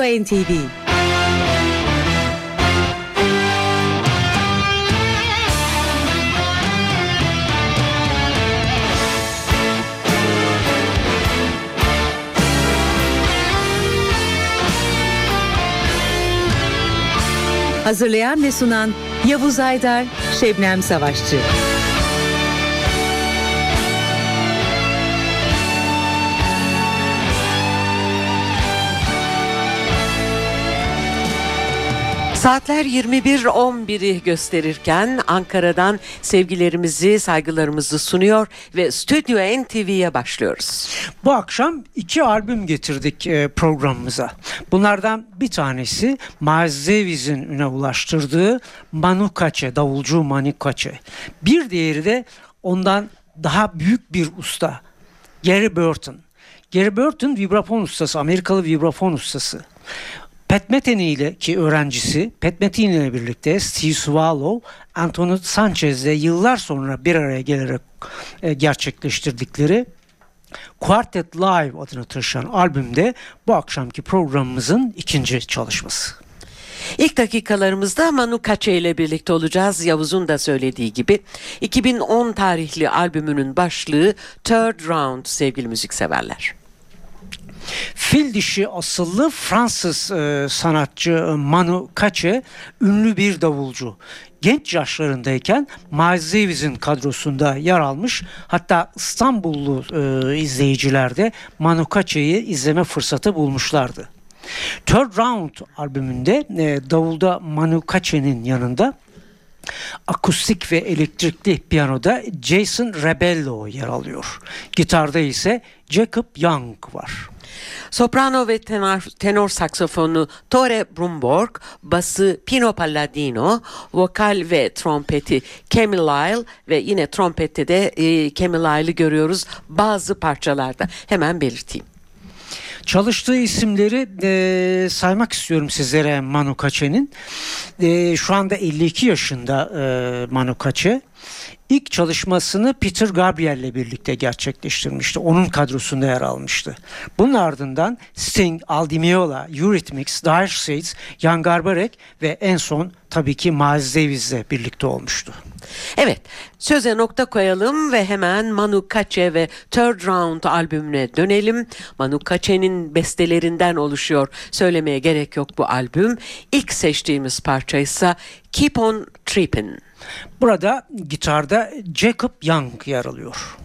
NTV. Hazırlayan ve sunan Yavuz Aydar, Şebnem Savaşçı. Saatler 21:11'i gösterirken Ankara'dan sevgilerimizi, saygılarımızı sunuyor ve Stüdyo NTV'ye başlıyoruz. Bu akşam 2 albüm getirdik programımıza. Bunlardan bir tanesi Miles Davis'in üne ulaştırdığı Manu Katché, davulcu Manu Katché. Bir diğeri de ondan daha büyük bir usta, Gary Burton. Gary Burton vibrafon ustası, Amerikalı vibrafon ustası. Pat Metheny ile ki öğrencisi, Pat Metheny ile birlikte Steve Swallow, Antonio Sanchez ile yıllar sonra bir araya gelerek gerçekleştirdikleri Quartet Live adını taşıyan albümde bu akşamki programımızın ikinci çalışması. İlk dakikalarımızda Manu Katché ile birlikte olacağız. Yavuz'un da söylediği gibi 2010 tarihli albümünün başlığı Third Round sevgili müzikseverler. Fil dişi asıllı Fransız sanatçı Manu Katché ünlü bir davulcu. Genç yaşlarındayken Miles Davis'in kadrosunda yer almış. Hatta İstanbullu izleyiciler de Manu Katché'yi izleme fırsatı bulmuşlardı. Third Round albümünde davulda Manu Katché'nin yanında akustik ve elektrikli piyanoda Jason Rebello yer alıyor. Gitarda ise Jacob Young var. Soprano ve tenor saksofonu Tore Brumborg, bası Pino Palladino, vokal ve trompeti Camille Lyle ve yine trompette de Camille Lyle'ı görüyoruz bazı parçalarda. Hemen belirteyim. Çalıştığı isimleri saymak istiyorum sizlere Manu Katché'nin. Şu anda 52 yaşında Manu Katché. İlk çalışmasını Peter Gabriel ile birlikte gerçekleştirmişti. Onun kadrosunda yer almıştı. Bunun ardından Sting, Al Di Meola, Eurythmics, Dire Straits, Jan Garbarek ve en son tabii ki Miles Davis ile birlikte olmuştu. Evet, söze nokta koyalım ve hemen Manu Katché ve Third Round albümüne dönelim. Manu Katché'nin bestelerinden oluşuyor. Söylemeye gerek yok bu albüm. İlk seçtiğimiz parça ise Keep On Trippin'. Burada gitarda Jacob Young yer alıyor.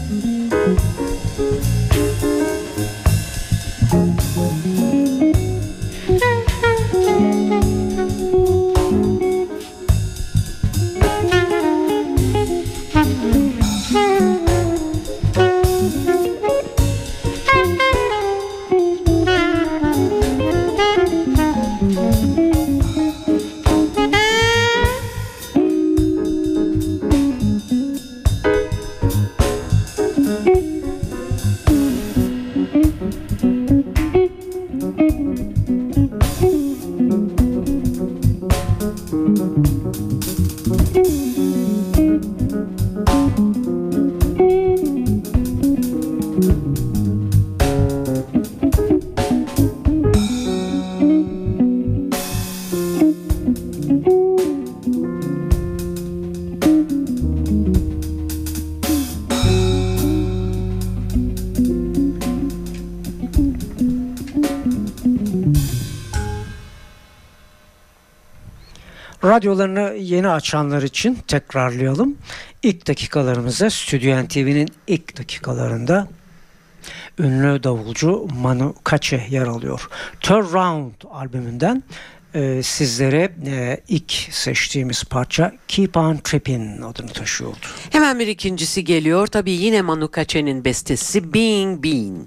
Radyolarını yeni açanlar için tekrarlayalım. İlk dakikalarımızda Stüdyo NTV'nin ilk dakikalarında ünlü davulcu Manu Katché yer alıyor. Third Round albümünden sizlere ilk seçtiğimiz parça Keep on Trippin' adını taşıyordu. Hemen bir ikincisi geliyor. Tabii yine Manu Katché'nin bestesi Being Bean.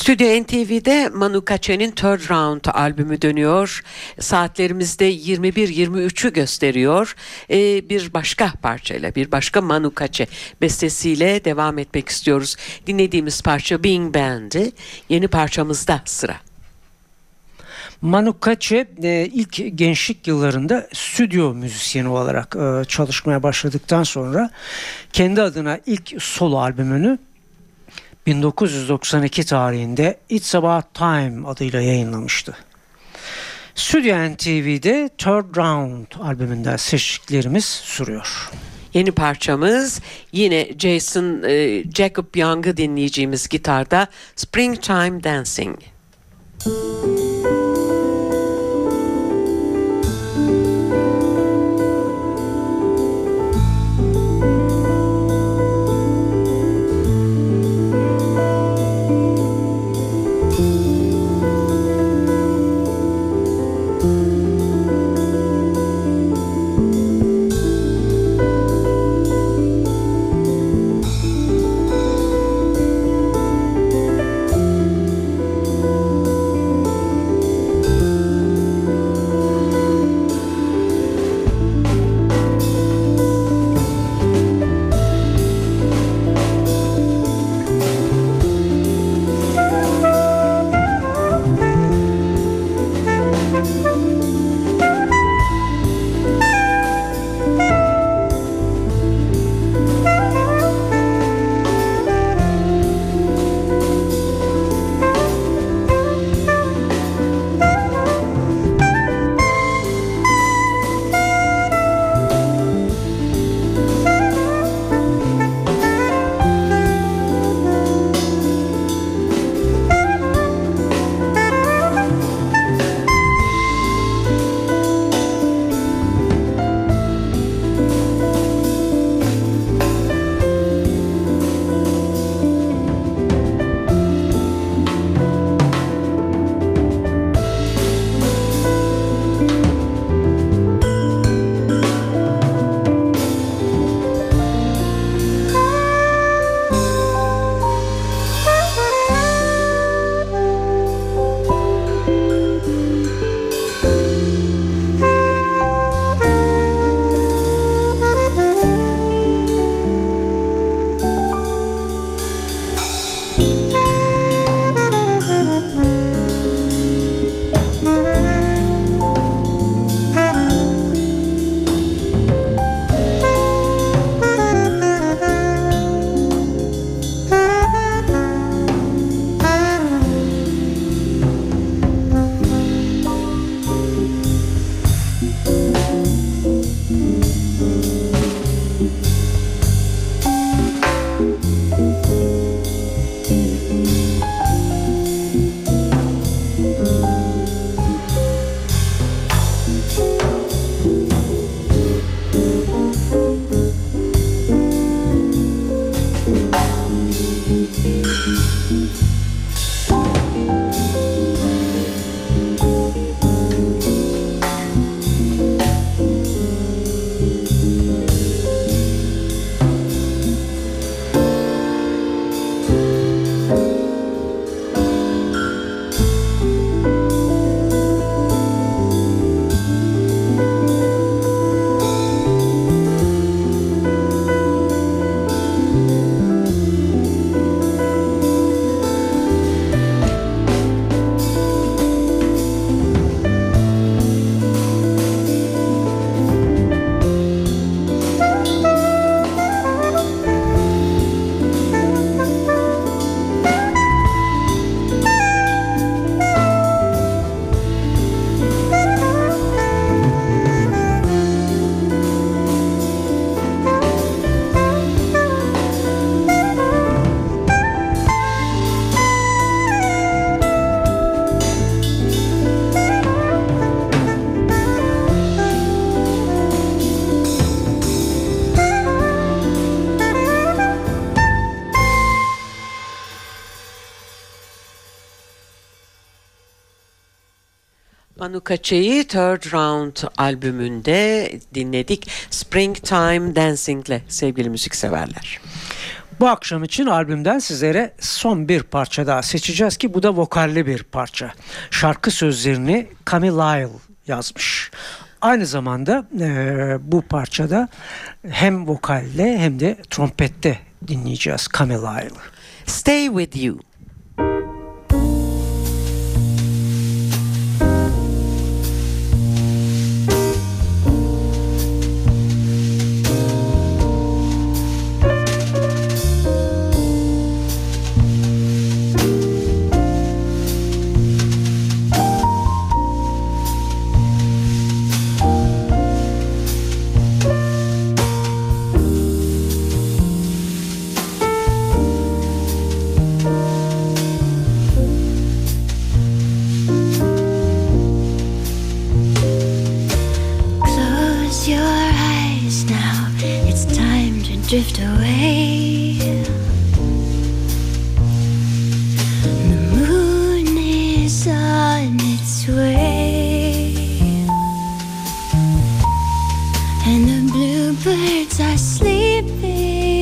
Stüdyo NTV'de Manu Katche'nin Third Round albümü dönüyor. Saatlerimizde 21:23'ü gösteriyor. Bir başka parçayla, bir başka Manu Katche bestesiyle devam etmek istiyoruz. Dinlediğimiz parça Being Band'i. Yeni parçamızda sıra. Manu Katche ilk gençlik yıllarında stüdyo müzisyeni olarak çalışmaya başladıktan sonra kendi adına ilk solo albümünü 1992 tarihinde It's About Time adıyla yayınlamıştı. Stüdyo NTV'de Third Round albümünden seçtiklerimiz sürüyor. Yeni parçamız yine Jacob Young'ı dinleyeceğimiz gitarda Springtime Dancing. Manu Katche'yi Third Round albümünde dinledik. Springtime Dancing'le sevgili müzikseverler. Bu akşam için albümden sizlere son bir parça daha seçeceğiz ki bu da vokalli bir parça. Şarkı sözlerini Camille Lyle yazmış. Aynı zamanda bu parçada hem vokalle hem de trompette dinleyeceğiz Camille Lyle'ı. Stay With You. Drift away. The moon is on its way, and the bluebirds are sleeping.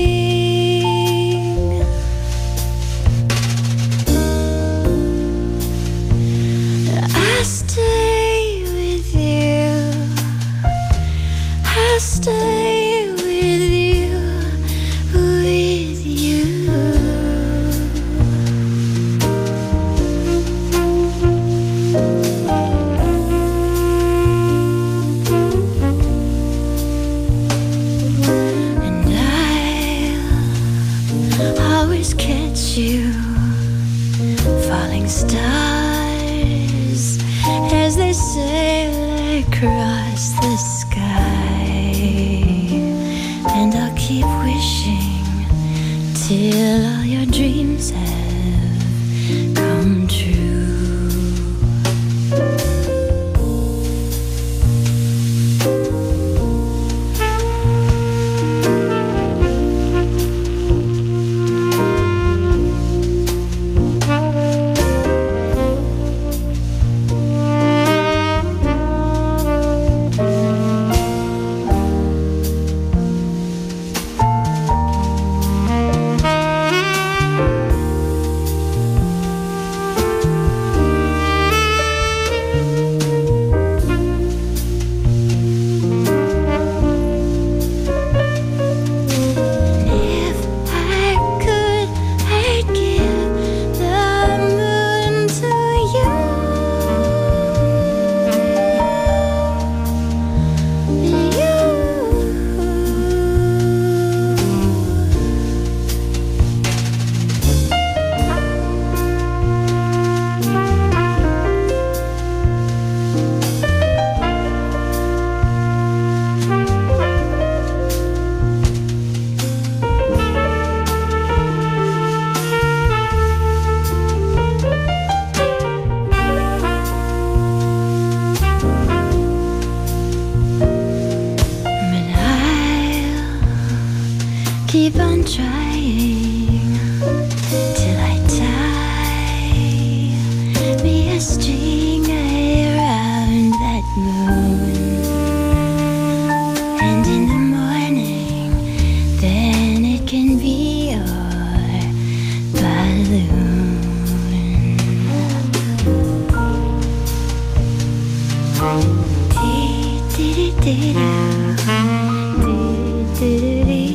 I stay with you. I stay. You falling stars as they sail across the sky, and I'll keep wishing till all your dreams have come true. Keep on trying till I tie me a string around that moon, and in the morning then it can be your balloon. Dee, dee, dee, dee, dee, dee, dee, dee.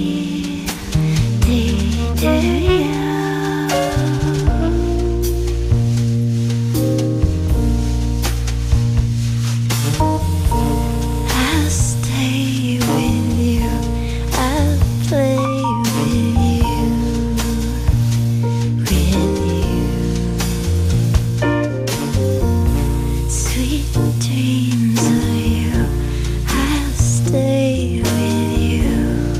I'll stay with you. I'll play with you. With you. Sweet dreams of you. I'll stay with you.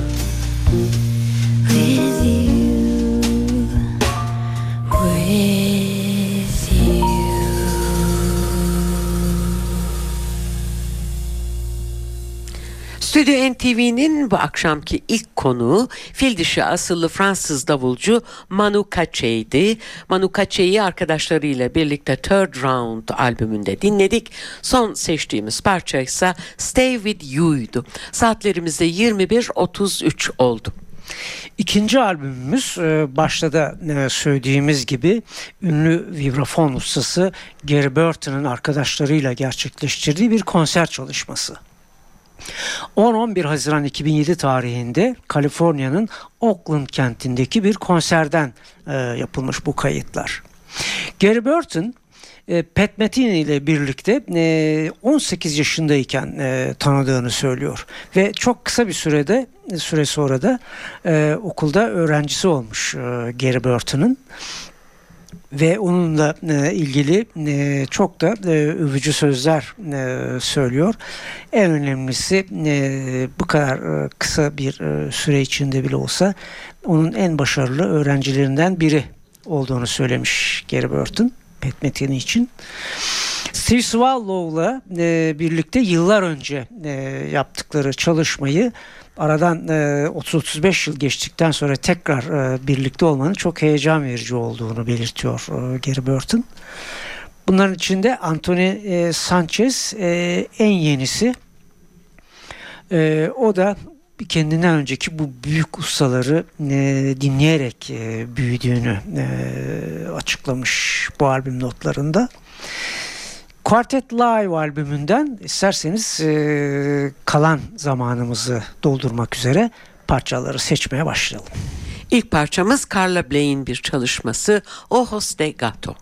With you. Stüdyo NTV'nin bu akşamki ilk konuğu fil dişi asıllı Fransız davulcu Manu Katche'ydi. Manu Katche'yi arkadaşlarıyla birlikte Third Round albümünde dinledik. Son seçtiğimiz parça ise Stay With You'ydu. Saatlerimizde 21.33 oldu. İkinci albümümüz başta da söylediğimiz gibi ünlü vibrafon ustası Gary Burton'un arkadaşlarıyla gerçekleştirdiği bir konser çalışması. 10-11 Haziran 2007 tarihinde Kaliforniya'nın Oakland kentindeki bir konserden yapılmış bu kayıtlar. Gary Burton, Pat Metheny ile birlikte 18 yaşındayken tanıdığını söylüyor ve çok kısa bir süre sonra da okulda öğrencisi olmuş Gary Burton'ın ve onunla ilgili çok da övücü sözler söylüyor. En önemlisi bu kadar kısa bir süre içinde bile olsa onun en başarılı öğrencilerinden biri olduğunu söylemiş Gary Burton. Pat Metheny için. Steve Swallow'la birlikte yıllar önce yaptıkları çalışmayı aradan 30-35 yıl geçtikten sonra tekrar birlikte olmanın çok heyecan verici olduğunu belirtiyor Gary Burton. Bunların içinde Anthony Sanchez en yenisi. O da kendinden önceki bu büyük ustaları dinleyerek büyüdüğünü açıklamış bu albüm notlarında. Quartet Live albümünden isterseniz kalan zamanımızı doldurmak üzere parçaları seçmeye başlayalım. İlk parçamız Carla Bley'in bir çalışması Ojos de Gato.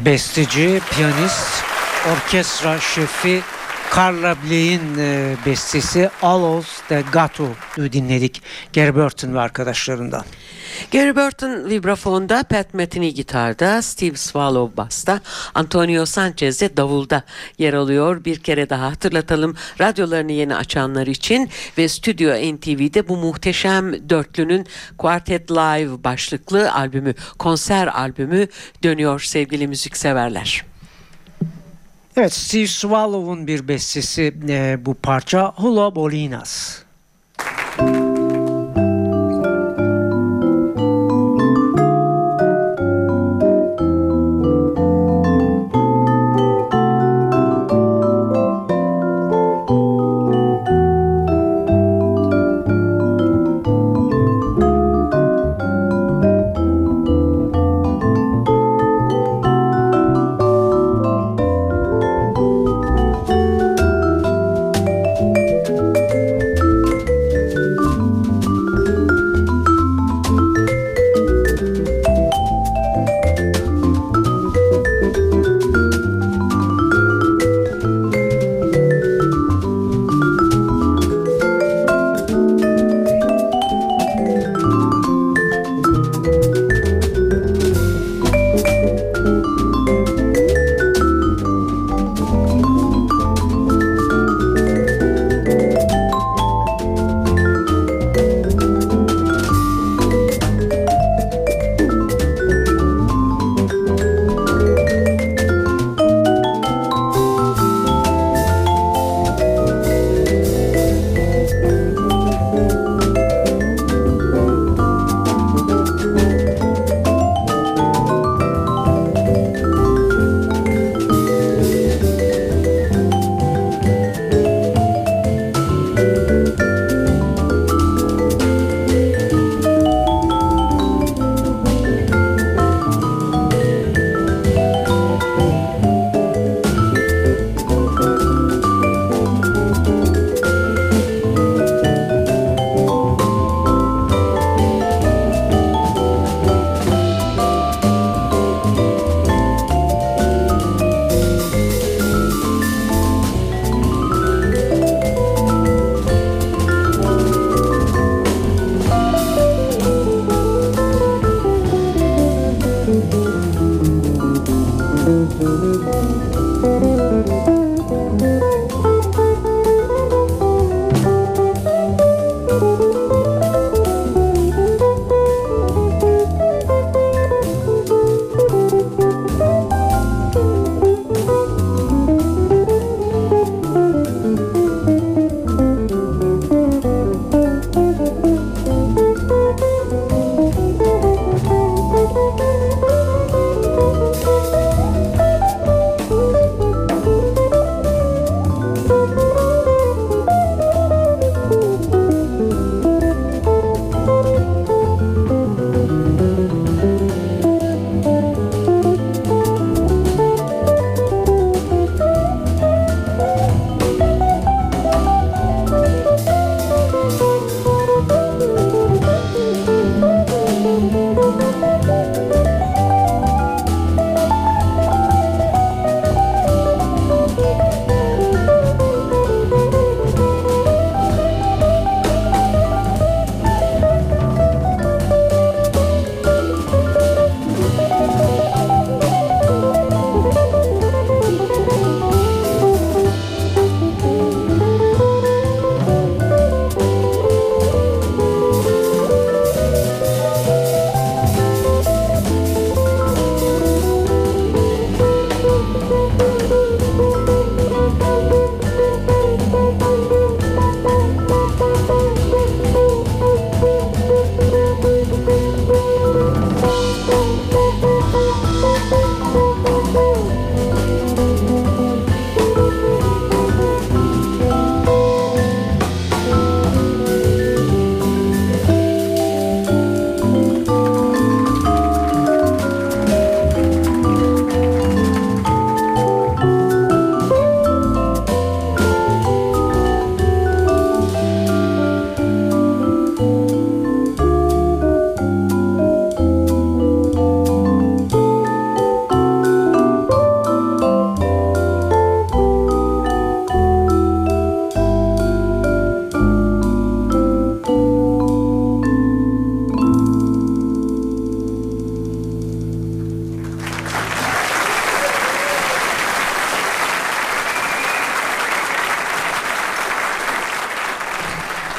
besteci, piyanist, orkestra şefi Carla Bley'in bestesi Allows de Gato'yu dinledik. Gary Burton ve arkadaşlarından. Gary Burton vibrafonda, Pat Metheny gitarda, Steve Swallow basta, Antonio Sanchez de davulda yer alıyor. Bir kere daha hatırlatalım radyolarını yeni açanlar için ve Stüdyo NTV'de bu muhteşem dörtlünün Quartet Live başlıklı albümü, konser albümü dönüyor sevgili müzikseverler. Evet, Steve Swallow'un bir bestesi bu parça Hula Bolinas.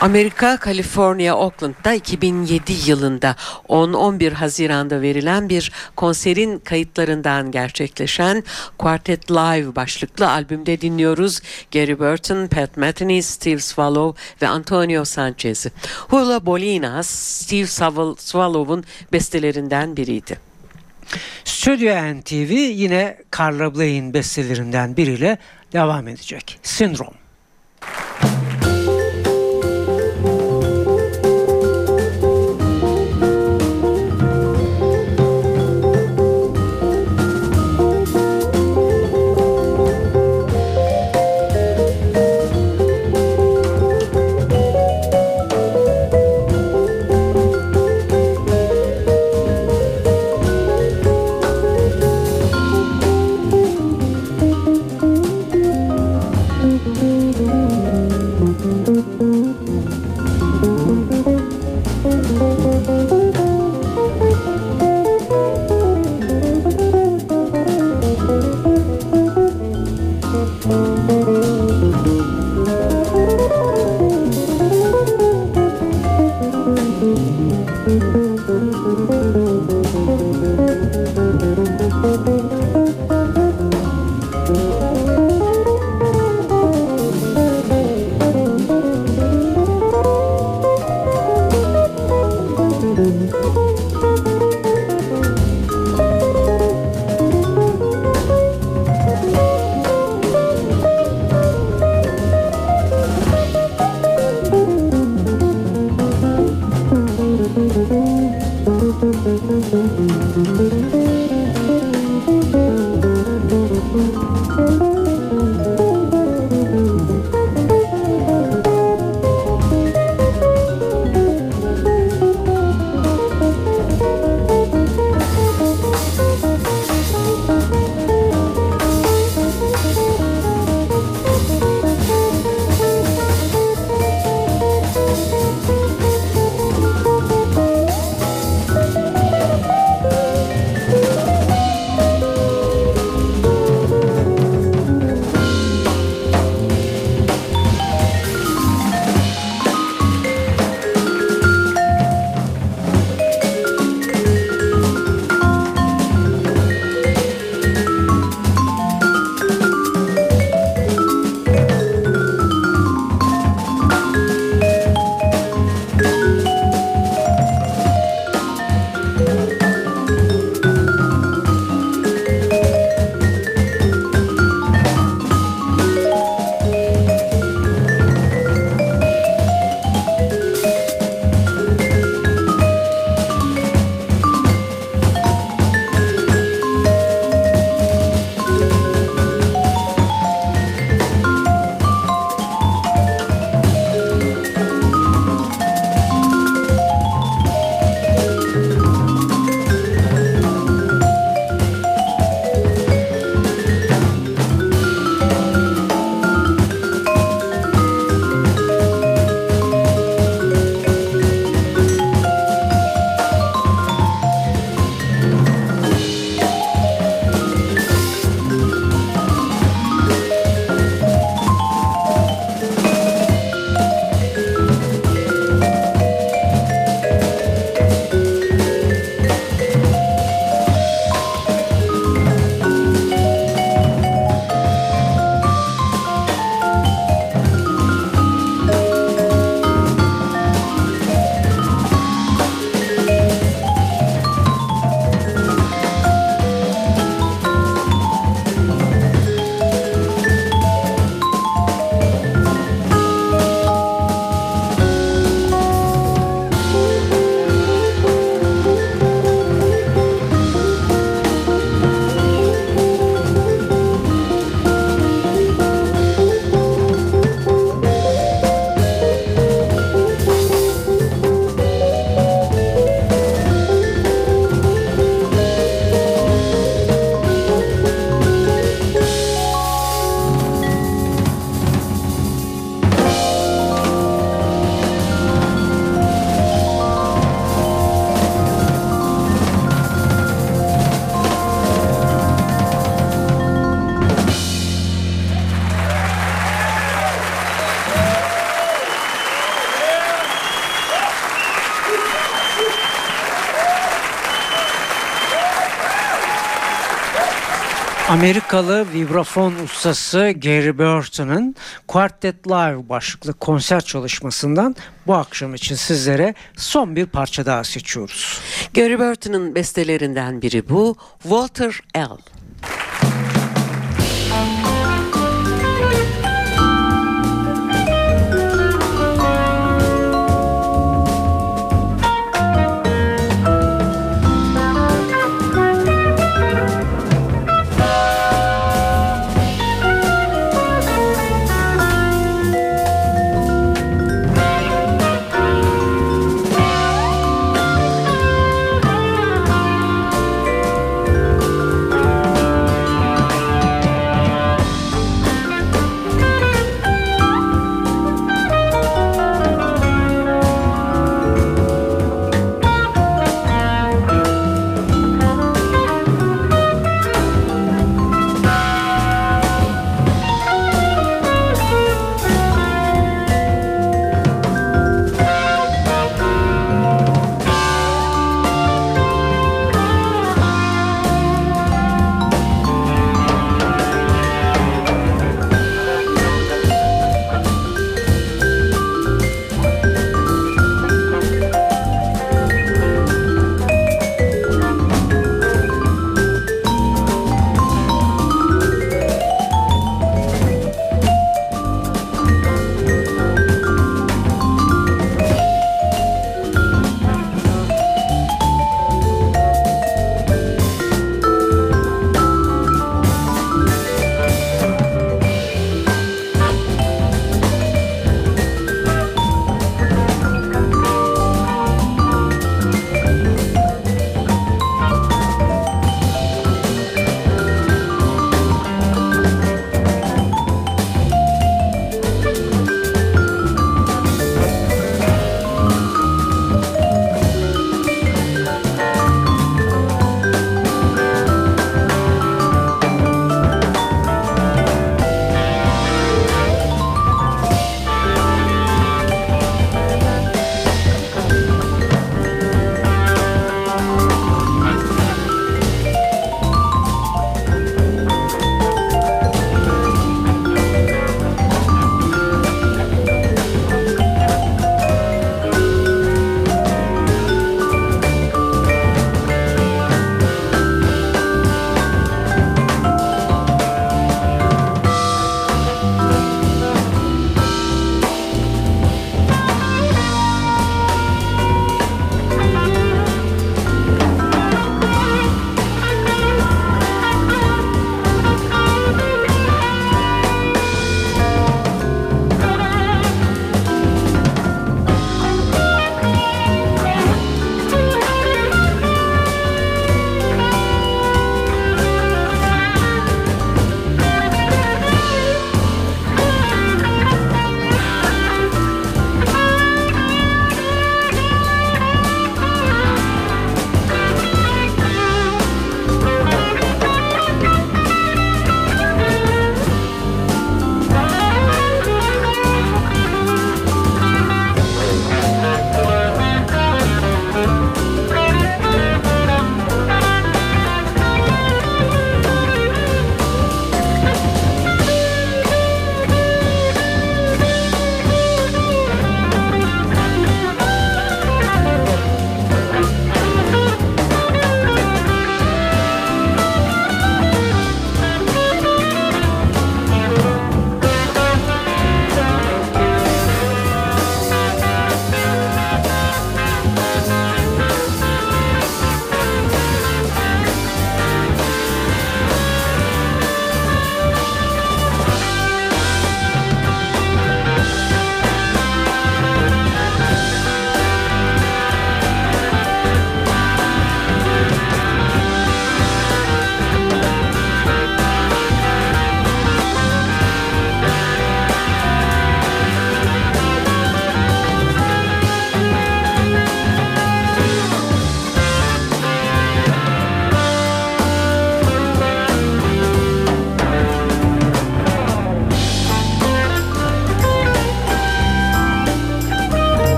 Amerika, Kaliforniya, Oakland'da 2007 yılında 10-11 Haziran'da verilen bir konserin kayıtlarından gerçekleşen Quartet Live başlıklı albümde dinliyoruz Gary Burton, Pat Metheny, Steve Swallow ve Antonio Sanchez'i. Hula Bolina, Steve Swallow'un bestelerinden biriydi. Stüdyo NTV yine Carla Bley'in bestelerinden biriyle devam edecek. Syndrome. Amerikalı vibrafon ustası Gary Burton'ın Quartet Live başlıklı konser çalışmasından bu akşam için sizlere son bir parça daha seçiyoruz. Gary Burton'ın bestelerinden biri bu, Walter L.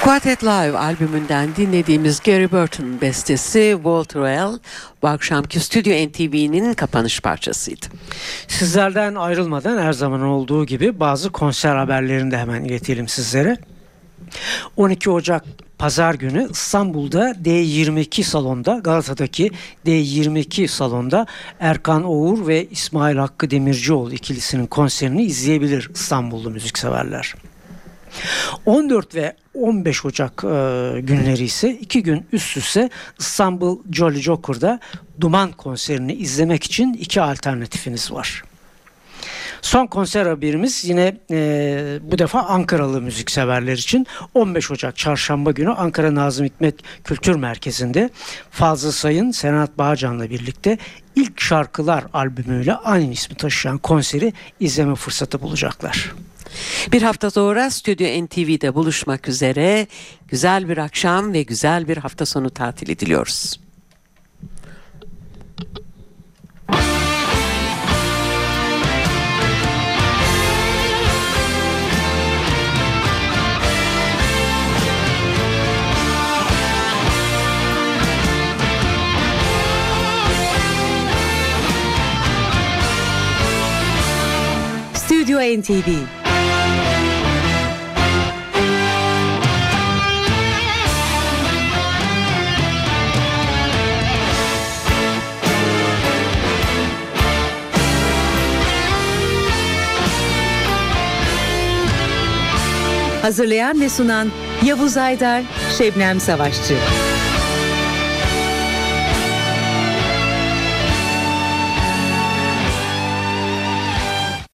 Quartet Live albümünden dinlediğimiz Gary Burton bestesi Walter Well bu akşamki Stüdyo NTV'nin kapanış parçasıydı. Sizlerden ayrılmadan her zaman olduğu gibi bazı konser haberlerini de hemen iletelim sizlere. 12 Ocak Pazar günü İstanbul'da D22 salonda, Galata'daki D22 salonda Erkan Oğur ve İsmail Hakkı Demircioğlu ikilisinin konserini izleyebilir İstanbullu müzikseverler. 14 ve 15 Ocak günleri ise 2 gün üst üste İstanbul Jolly Joker'da Duman konserini izlemek için 2 alternatifiniz var. Son konser haberimiz yine bu defa Ankaralı müzikseverler için 15 Ocak Çarşamba günü Ankara Nazım Hikmet Kültür Merkezi'nde Fazıl Say'ın Senat Bağcan'la birlikte İlk Şarkılar albümüyle aynı ismi taşıyan konseri izleme fırsatı bulacaklar. Bir hafta sonra Stüdyo NTV'de buluşmak üzere. Güzel bir akşam ve güzel bir hafta sonu tatili diliyoruz. Stüdyo NTV. Hazırlayan ve sunan Yavuz Aydar, Şebnem Savaşçı.